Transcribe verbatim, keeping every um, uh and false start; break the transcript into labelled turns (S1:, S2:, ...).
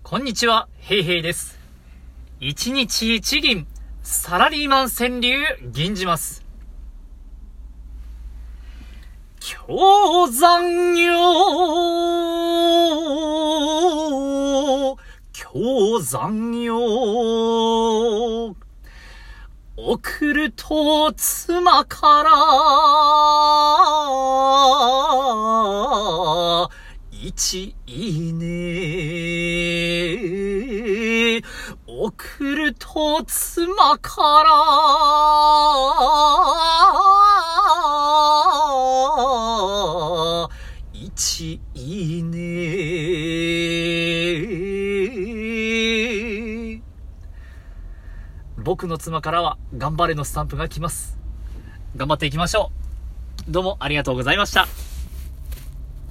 S1: こんにちは、ヘイヘイです。一日一銀、サラリーマン川柳、銀じます。京残業、京残業、送ると妻から一いいね、送ると妻から一いいね。僕の妻からは頑張れのスタンプが来ます。頑張っていきましょう。どうもありがとうございました。